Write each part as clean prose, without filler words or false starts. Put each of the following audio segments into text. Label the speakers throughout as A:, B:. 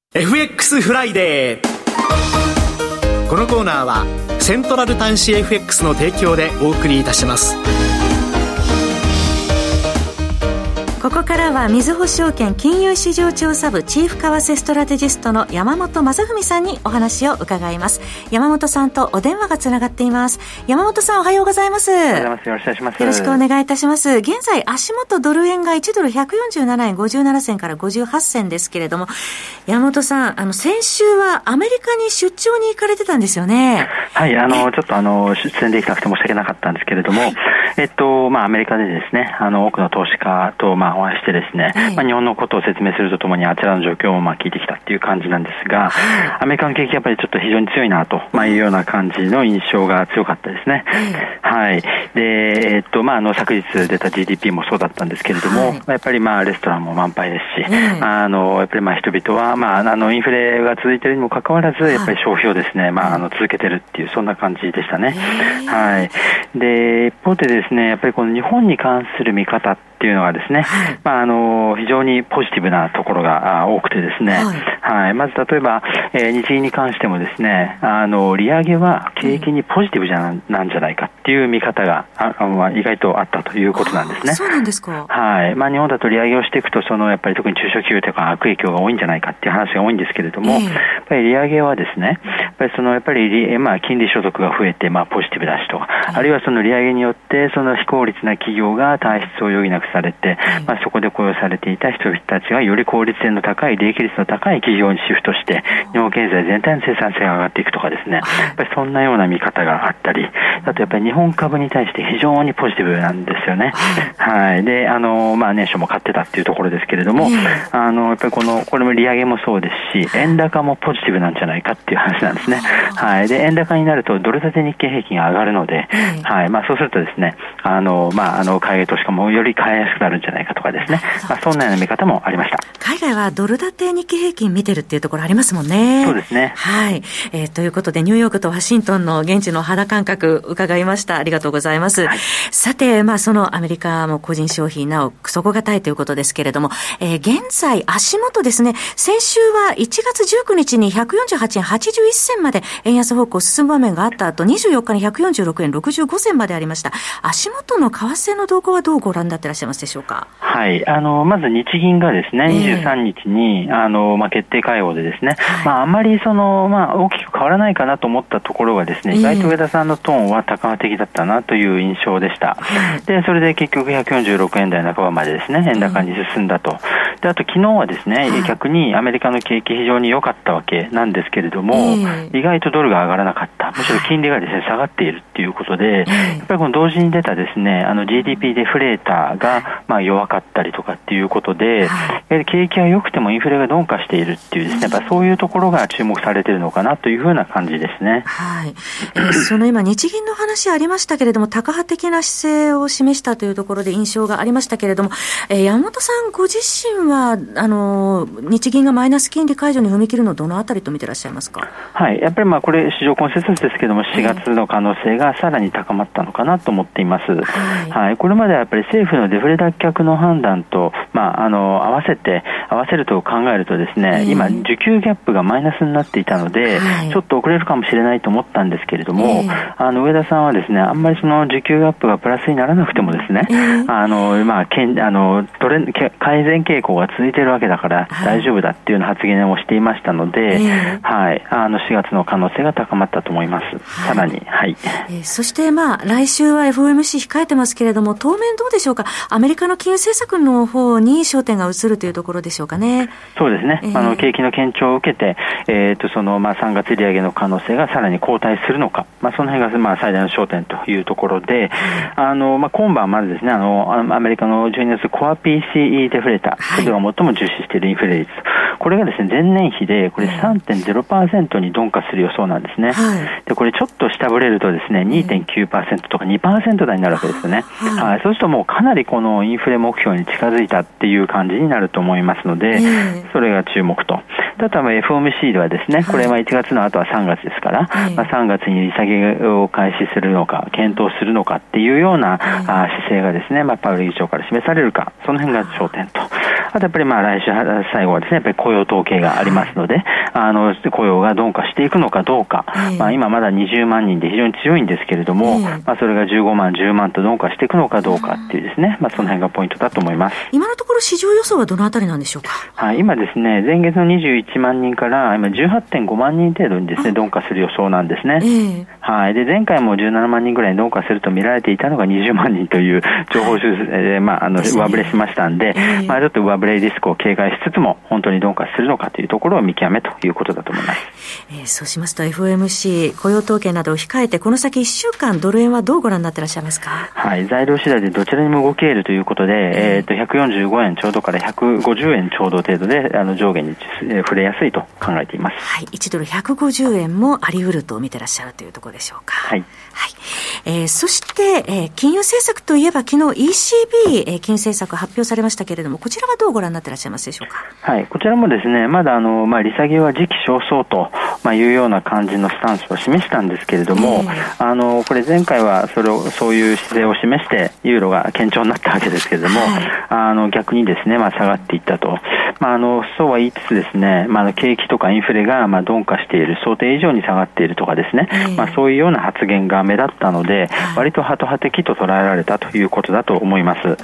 A: FX フライデー。このコーナーはセントラル端子 FX の提供でお送りいたします。
B: ここからはみずほ証券金融市場調査部チーフ為替ストラテジストの山本正文さんにお話を伺います。山本さんとお電話がつながっています。山本さん、おはようございます。
C: おはようございます。よろしくお願いします。
B: よろしくお願いいたします。現在足元ドル円が1ドル147円57銭から58銭ですけれども、山本さん、先週はアメリカに出張に行かれてたんですよね。
C: はい、ちょっと出演できなくて申し訳なかったんですけれども、アメリカでですね、多くの投資家とお会いしてですね、日本のことを説明するとともにあちらの状況を聞いてきたっていう感じなんですが、アメリカの景気やっぱりちょっと非常に強いなというような感じの印象が強かったですね。はい。で、昨日出た GDP もそうだったんですけれども、やっぱりレストランも満杯ですし、やっぱり人々はインフレが続いているにもかかわらず、やっぱり消費をですね、続けてるっていうそんな感じでしたね。はい。で、一方でですね、やっぱりこの日本に関する見方っていうのがですね、非常にポジティブなところが多くてですね、はい。まず例えば、日銀に関してもですね、利上げは景気にポジティブなんじゃないかっていう見方が意外とあったということなんですね。
B: そうなんですか。
C: はい。日本だと利上げをしていくと、やっぱり特に中小企業とか悪影響が多いんじゃないかっていう話が多いんですけれども、やっぱり利上げはですね、やっぱり金利所得が増えてポジティブだしとか、あるいはその利上げによって非効率な企業が退出を余儀なくされて、そこで雇用されていた人たちがより効率性の高い、利益率の高い企業にシフトして、日本経済全体の生産性が上がっていくとかですね、やっぱりそんなような見方があったり、あとやっぱり日本株に対して非常にポジティブなんですよね。はい。で、年初も買ってたっていうところですけれども、やっぱりこれも利上げもそうですし、円高もポジティブなんじゃないかっていう話なんですね。はい。で、円高になるとドル建て日経平均が上がるので、はい。そうするとですね、海外投資家もより買いやすくなるんじゃないかとかですね、そんなような見方もありました。
B: 海外はドル建て日経平均見てるっていうところありますもんね。
C: そうですね。
B: はい。ということで、ニューヨークとワシントンの現地の肌感覚伺いました。ありがとうございます。はい、さて、そのアメリカも個人消費なお底堅いということですけれども、現在足元ですね、先週は1月19日に148円81銭まで円安方向進む場面があった後、24日に146円65銭までありました。足元の為替の動向はどうご覧になっていらっしゃいますでしょうか。
C: はい。まず日銀がですね、23日に、決定会合でですね、あんまり大きく変わらないかなと思ったところがですね、意外と上田さんのトーンは高派的だったなという印象でした。で、それで結局146円台半ばまでですね、円高に進んだと。で、あと昨日はですね、逆にアメリカの景気非常に良かったわけなんですけれども、意外とドルが上がらなかった。むしろ金利がですね、下がっているっていうことで、やっぱりこの同時に出たですね、GDP デフレーターが弱かったりとかっていうことで、景気が良くてもインフレが鈍化しているっていうですね、やっぱそういうところが注目されているのかなというふうな感じですね。
B: はい。その今日銀の話ありましたけれども、高派的な姿勢を示したというところで印象がありましたけれども、山本さんご自身は日銀がマイナス金利解除に踏み切るのをどのあたりと見てらっしゃいますか。
C: はい。やっぱりこれ市場コンセンサスですけども、4月の可能性がさらに高まったのかなと思っています。はい。これまではやっぱり政府のデフレ脱却の判断と、合わせると考えるとですね、今需給ギャップがマイナスになっていたので、ちょっと遅れるかもしれないと思ったんですけれども、上田さんはですね、あんまりその需給ギャップがプラスにならなくてもですね、改善傾向が続いているわけだから大丈夫だっていうような発言をしていましたので、はい、4月の可能性が高まったと思います。さらに、はい。
B: そして来週は FOMC 控えてますけれども、当面どうでしょうか。アメリカの金融政策の方に焦点が移るというところでしょうかね。
C: そうですね。景気の堅調を受けて、3月利上げの可能性がさらに後退するのか、その辺が最大の焦点というところで、今晩まずですね、アメリカの12月コア PCE デフレーター、これが最も重視しているインフレ率、これがですね、前年比でこれ 3.0% に鈍化する予想なんですね。で、これちょっと下振れるとですね、2.9% とか 2% 台になるわけですよね。そうするともうかなりこのインフレ目標に近づいたっていう感じになると思いますので、それが注目と。あとはFOMC ではですね、これ1月の後は3月ですから、3月に利下げを開始するのか、検討するのかっていうような姿勢がですね、パウエル議長から示されるか、その辺が焦点と。 あとやっぱり来週最後はですね、やっぱり雇用統計がありますので、雇用が鈍化していくのかどうか、今まだ20万人で非常に強いんですけれども、それが15万、10万と鈍化していくのかどうかっていうですね、その辺がポイントだと思います。
B: 今のところ市場予想はどのあたりなんでしょうか。
C: はい、今ですね、前月の21万人から今 18.5 万人程度にですね、鈍化する予想なんですね。はい。で、前回も17万人ぐらいに鈍化すると見られていたのが20万人という情報修正で、上振れしましたんで、ちょっと上振れリスクを警戒しつつも、本当に鈍化するのかというところを見極めということだと思います。
B: そうしますと FOMC 雇用統計などを控えて、この先1週間ドル円はどうご覧になっていらっしゃいますか。
C: はい。材料次第でどちらにも動けるということで、145円ちょうどから150円ちょうど程度で上下に触れやすいと考えています。
B: はい。1ドル150円もあり得ると見てらっしゃるというところでしょうか。はい。はい。そして、金融政策といえば昨日 ECB、金融政策発表されましたけれども、こちらはどうご覧になっていらっしゃいますでしょうか。
C: はい。こちらもですね、まだ利下げは時期尚早と、いうような感じのスタンスを示したんですけれども、これ前回はそういう姿勢を示してユーロが堅調になったわけですけれども、逆にですね、下がっていったと。そうは言いつつですね、景気とかインフレが鈍化している、想定以上に下がっているとかですね、そういうような発言が目立ったので、割とハト派的と捉えられたということだと思います。はい。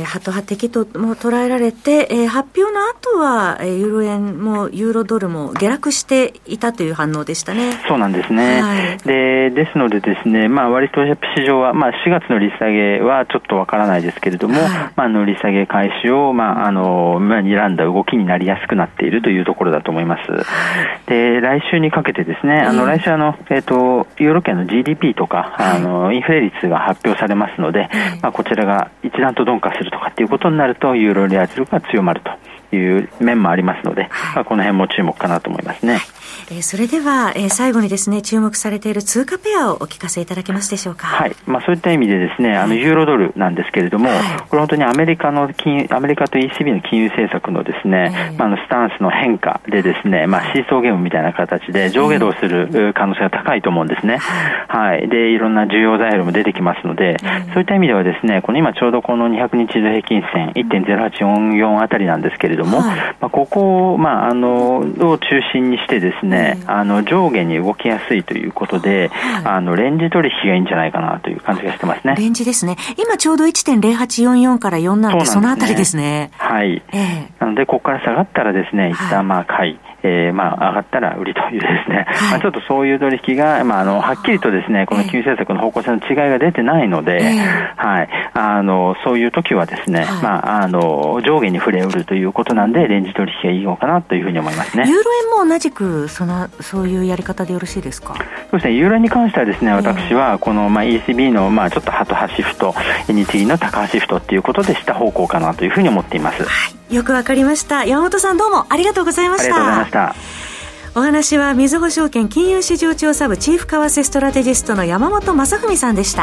B: ハト派的とも捉えられて、発表の後はユーロ円もユーロドルも下落していたという反応でしたね。
C: そうなんですね。はい、ですのでですね、割と市場は、4月の利下げはちょっとわからないですけれども、利下げ開始を、睨んだ動きになりやすくなっているというところだと思います。で、来週にかけてですね、来週ユーロ圏の GDP とか、インフレ率が発表されますので、こちらが一段と鈍化するとかっていうことになると、ユーロ利圧力が強まるという面もありますので、この辺も注目かなと思いますね。
B: それでは、最後にですね、注目されている通貨ペアをお聞かせいただけますでしょうか。
C: はい。そういった意味でですね、ユーロドルなんですけれども、これ本当にアメリカと ECB の金融政策のですね、スタンスの変化でですね、シーソーゲームみたいな形で上下動する可能性が高いと思うんですね。はい。で、いろんな重要材料も出てきますので、そういった意味ではですね、今ちょうどこの200日移動平均線 1.0844 あたりなんですけれども、ここを、を中心にしてですね、上下に動きやすいということで、レンジ取引がいいんじゃないかなという感じがしてますね。
B: レンジですね。今ちょうど 1.0844 から47ってそのあたりですね。
C: はい。なので、ここから下がったらですね、一旦買い、上がったら売りというですね、ちょっとそういう取引が、はっきりとですね、この金融政策の方向性の違いが出てないので、はい。そういう時はですね、上下に触れうるということなんで、レンジ取引がいいのかなというふうに思いますね。
B: ユーロ円も同じく、そういうやり方でよろしいですか。
C: そうですね、ユーロ円に関してはですね、私は、この、ECB の、ちょっとハト派シフト、日銀のタカ派シフトということでした方向かなというふうに思っています。はい。
B: よくわかりました。山本さんどうもありがとうございました。
C: ありがとうございました。
B: お話はみずほ証券金融市場調査部チーフ為替ストラテジストの山本正文さんでした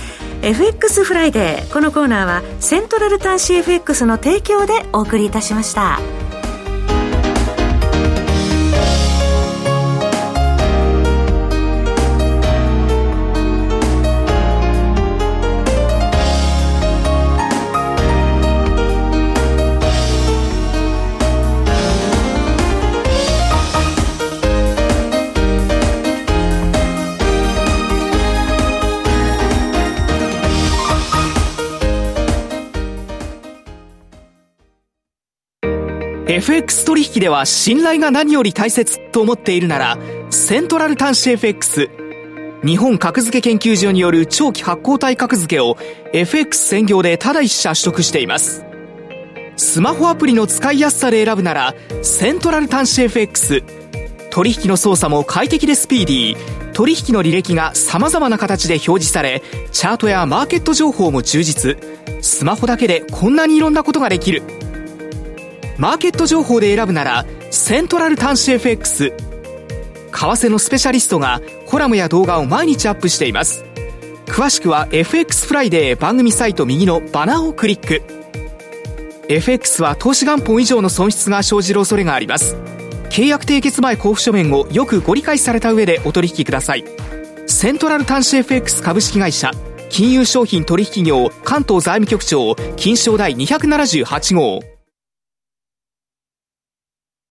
B: 。FX フライデー、このコーナーはセントラル端子 FX の提供でお送りいたしました。
A: FX 取引では信頼が何より大切と思っているなら、セントラル端子 FX、 日本格付け研究所による長期発行体格付けを FX 専業でただ1社取得しています。スマホアプリの使いやすさで選ぶならセントラル端子 FX、 取引の操作も快適でスピーディー、取引の履歴が様々な形で表示され、チャートやマーケット情報も充実。スマホだけでこんなにいろんなことができる。マーケット情報で選ぶならセントラル端子 FX、 為替のスペシャリストがコラムや動画を毎日アップしています。詳しくは FX フライデー番組サイト右のバナーをクリック。 FX は投資元本以上の損失が生じる恐れがあります。契約締結前交付書面をよくご理解された上でお取引ください。セントラル端子 FX 株式会社金融商品取引業関東財務局長金商第278号。